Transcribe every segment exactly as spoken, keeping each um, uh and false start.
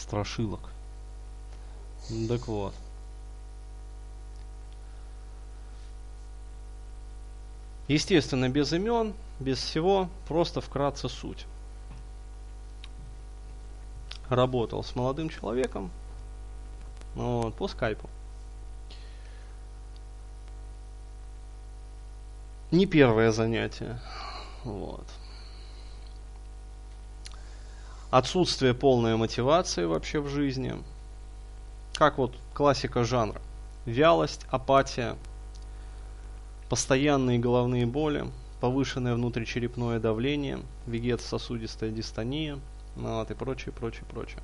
страшилок. Так вот. Естественно, без имен, без всего, просто вкратце суть. Работал с молодым человеком, вот, по скайпу. Не первое занятие. Вот. Отсутствие полной мотивации вообще в жизни. Как вот классика жанра. Вялость, апатия, постоянные головные боли, повышенное внутричерепное давление, вегетососудистая дистония, вот, и прочее, прочее, прочее.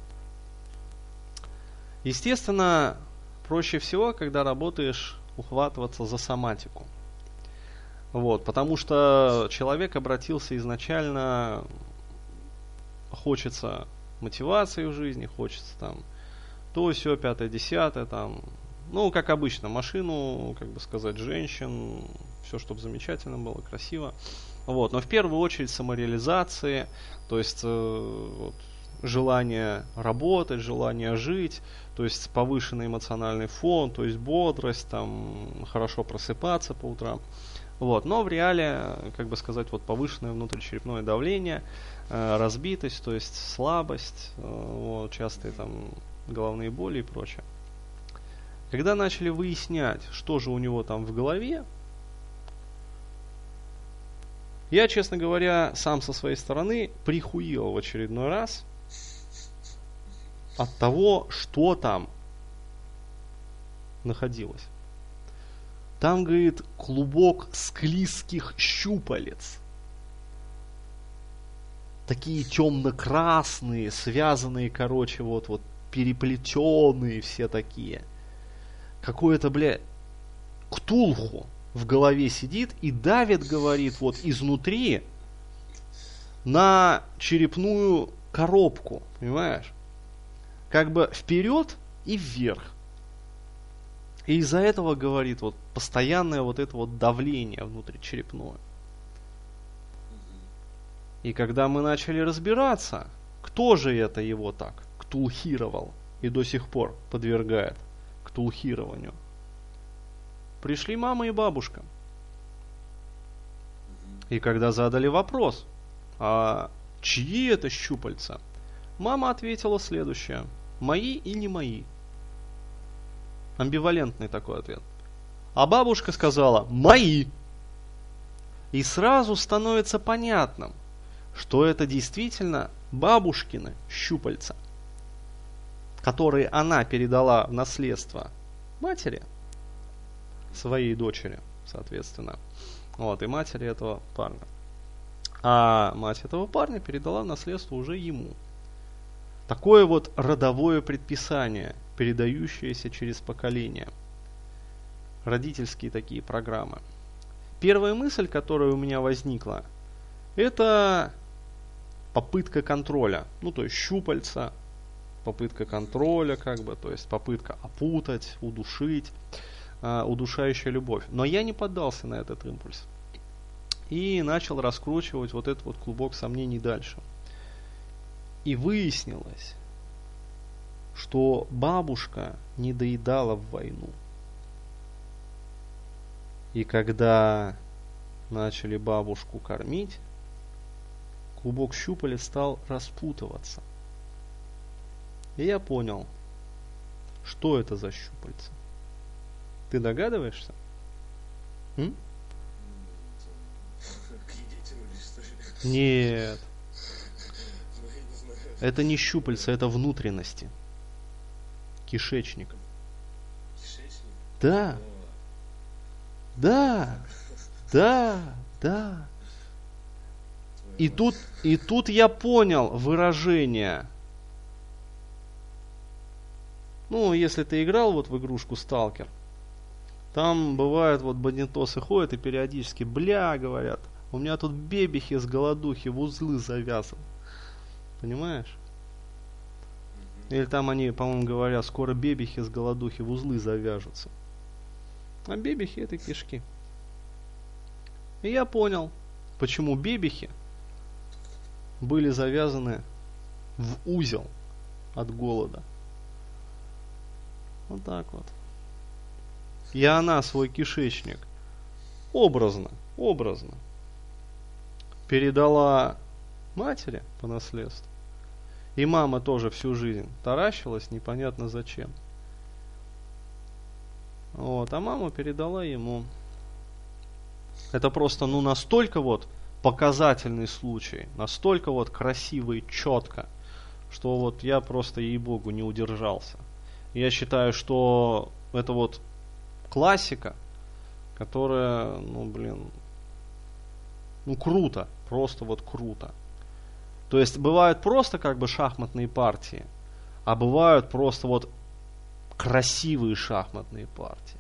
Естественно, проще всего, когда работаешь, ухватываться за соматику. Вот, потому что человек обратился изначально, хочется мотивации в жизни, хочется там то, сё, пятое, десятое, там, ну, как обычно, машину, как бы сказать, женщин, все, чтобы замечательно было, красиво. Вот, но в первую очередь самореализации, то есть э, вот, желание работать, желание жить, то есть повышенный эмоциональный фон, то есть бодрость, там, хорошо просыпаться по утрам. Вот, но в реале, как бы сказать, вот повышенное внутричерепное давление, э, разбитость, то есть слабость, э, вот, частые там головные боли и прочее. Когда начали выяснять, что же у него там в голове, я, честно говоря, сам со своей стороны прихуел в очередной раз от того, что там находилось. Там, говорит, клубок склизких щупалец. Такие темно-красные, связанные, короче, вот, вот переплетенные все такие. Какое-то, бля, ктулху в голове сидит и давит, говорит, вот изнутри на черепную коробку, понимаешь? Как бы вперед и вверх. И из-за этого, говорит, вот постоянное вот это вот давление внутричерепное. И когда мы начали разбираться, кто же это его так ктулхировал и до сих пор подвергает ктулхированию, пришли мама и бабушка. И когда задали вопрос, а чьи это щупальца, мама ответила следующее: мои и не мои. Амбивалентный такой ответ. А бабушка сказала: мои. И сразу становится понятным, что это действительно бабушкины щупальца, которые она передала в наследство матери, своей дочери, соответственно. Вот, и матери этого парня. А мать этого парня передала в наследство уже ему. Такое вот родовое предписание, передающееся через поколение. Родительские такие программы. Первая мысль, которая у меня возникла, это попытка контроля. Ну, то есть щупальца, попытка контроля, как бы, то есть попытка опутать, удушить, э, удушающая любовь. Но я не поддался на этот импульс. И начал раскручивать вот этот вот клубок сомнений дальше. И выяснилось, что бабушка не доедала в войну. И когда начали бабушку кормить, клубок щупалец стал распутываться. И я понял, что это за щупальца. Ты догадываешься? М? Нет. Это не щупальца, это внутренности. Кишечник. Кишечник? Да. Да. Да. Да. И тут, и тут я понял выражение. Ну, если ты играл вот в игрушку Сталкер, там бывает вот бандитосы ходят и периодически бля говорят: у меня тут бебехи с голодухи в узлы завязан. Понимаешь? Или там они, по-моему, говорят: скоро бебехи с голодухи в узлы завяжутся. А бебехи это кишки. И я понял, почему бебехи были завязаны в узел. от голода. Вот так вот. И она свой кишечник образно, образно передала матери по наследству. И мама тоже всю жизнь таращилась, непонятно зачем. Вот, а мама передала ему. Это просто, ну, настолько вот показательный случай, настолько вот красиво и четко, что вот я просто, ей-богу, не удержался. Я считаю, что это вот классика, которая, ну, блин, ну, круто, просто вот круто. То есть бывают просто как бы шахматные партии, а бывают просто вот красивые шахматные партии.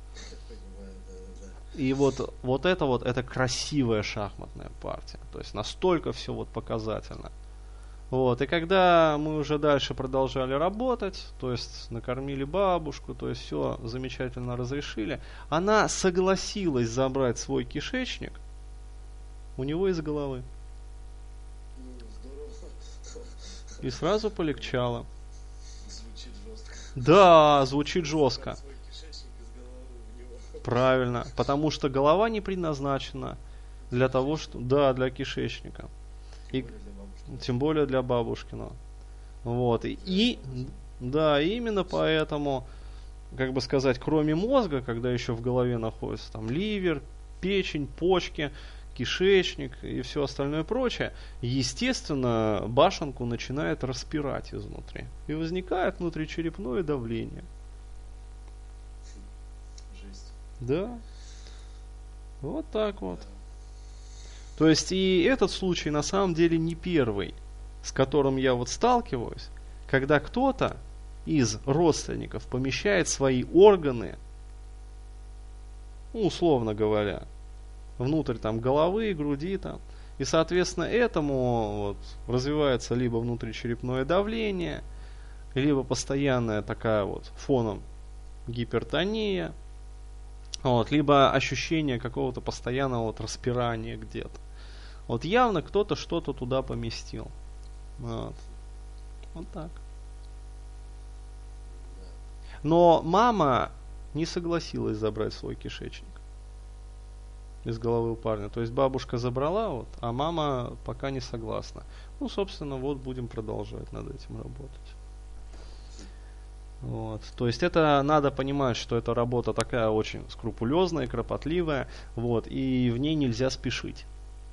И вот, вот это вот, это красивая шахматная партия. То есть настолько все вот показательно. Вот, и когда мы уже дальше продолжали работать, то есть накормили бабушку, то есть все замечательно разрешили, она согласилась забрать свой кишечник у него из головы. И сразу полегчало. Звучит жестко. Да, звучит жестко. Свой кишечник из головы в него. Правильно, потому что голова не предназначена для того, что... Да, для кишечника. И, тем более для бабушкина. Вот. И, и да, именно поэтому, как бы сказать, кроме мозга, когда еще в голове находится там ливер, печень, почки, кишечник и все остальное прочее, естественно, башенку начинает распирать изнутри. И возникает внутричерепное давление. Жесть. Да. Вот так вот. То есть и этот случай на самом деле не первый, с которым я вот сталкиваюсь, когда кто-то из родственников помещает свои органы, ну, условно говоря, внутрь там головы, груди там, и соответственно этому вот развивается либо внутричерепное давление, либо постоянная такая вот фоном гипертония, вот, либо ощущение какого-то постоянного вот распирания где-то. Вот явно кто-то что-то туда поместил. Вот. Вот так. Но мама не согласилась забрать свой кишечник из головы у парня. То есть бабушка забрала, вот, а мама пока не согласна. Ну, собственно, вот будем продолжать над этим работать. Вот. То есть это надо понимать, что эта работа такая очень скрупулезная, кропотливая, вот, и в ней нельзя спешить.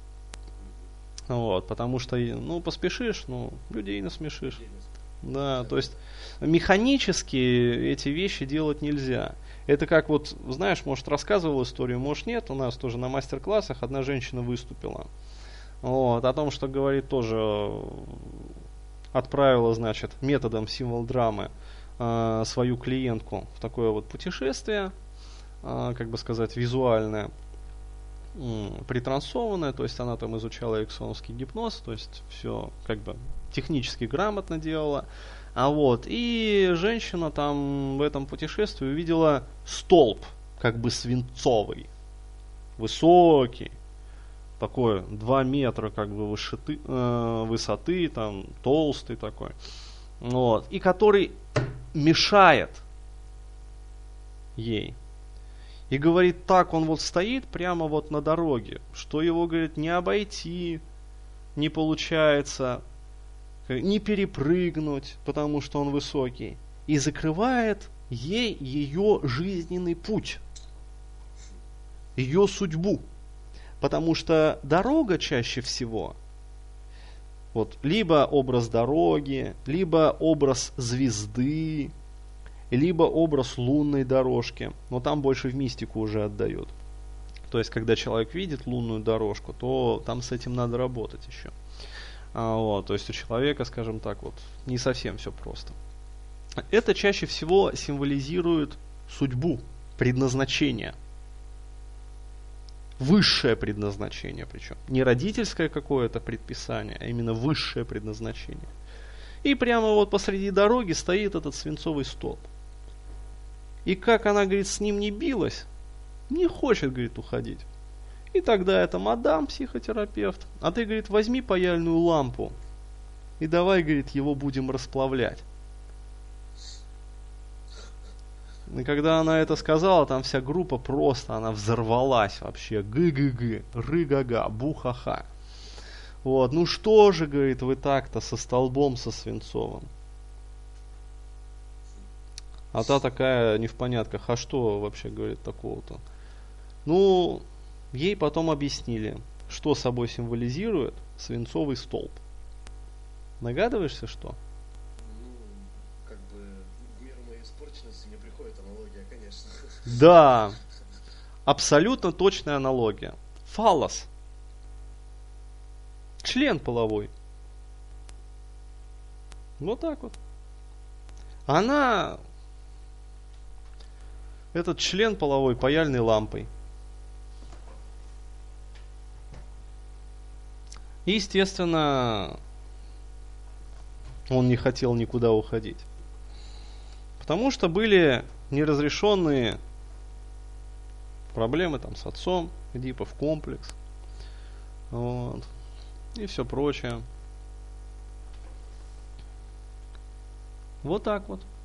Вот, потому что, ну, поспешишь, ну, людей насмешишь. Да, то есть механически эти вещи делать нельзя. Это как вот, знаешь, может, рассказывал историю, может, нет, у нас тоже на мастер-классах одна женщина выступила. Вот, о том, что говорит, тоже отправила, значит, методом символ-драмы э, свою клиентку в такое вот путешествие, э, как бы сказать, визуальное, э, притрансованное, то есть она там изучала эриксоновский гипноз, то есть все как бы технически грамотно делала. А вот, и женщина там в этом путешествии увидела столб, как бы свинцовый, высокий, такой два метра как бы высоты, э, высоты, там толстый такой, вот, и который мешает ей. И говорит, так он вот стоит прямо вот на дороге, что его, говорит, не обойти не получается, не перепрыгнуть, потому что он высокий, и закрывает ей ее жизненный путь, ее судьбу. Потому что дорога чаще всего, вот, либо образ дороги, либо образ звезды, либо образ лунной дорожки, но там больше в мистику уже отдает. То есть, когда человек видит лунную дорожку, то там с этим надо работать еще. А, вот, то есть у человека, скажем так, вот не совсем все просто. Это чаще всего символизирует судьбу, предназначение. Высшее предназначение причем. Не родительское какое-то предписание, а именно высшее предназначение. И прямо вот посреди дороги стоит этот свинцовый столб. И как она, говорит, с ним не билась, не хочет, говорит, уходить. И тогда эта мадам, психотерапевт, а ты, говорит, возьми паяльную лампу и давай, говорит, его будем расплавлять. И когда она это сказала, там вся группа просто, она взорвалась вообще. Гы-гы-гы, ры-га-га, бу-ха-ха. Вот, ну что же, говорит, вы так-то со столбом со свинцовым. А та такая не в понятках, а что вообще, говорит, такого-то? Ну, ей потом объяснили, что собой символизирует свинцовый столб. Догадываешься, что? Ну, как бы в меру моей испорченности мне приходит аналогия, конечно. Да, абсолютно точная аналогия. Фаллос. Член половой. Вот так вот. Она этот член половой паяльной лампой. И, естественно, он не хотел никуда уходить. Потому что были неразрешенные проблемы там с отцом, Эдипов комплекс. Вот. И все прочее. Вот так вот.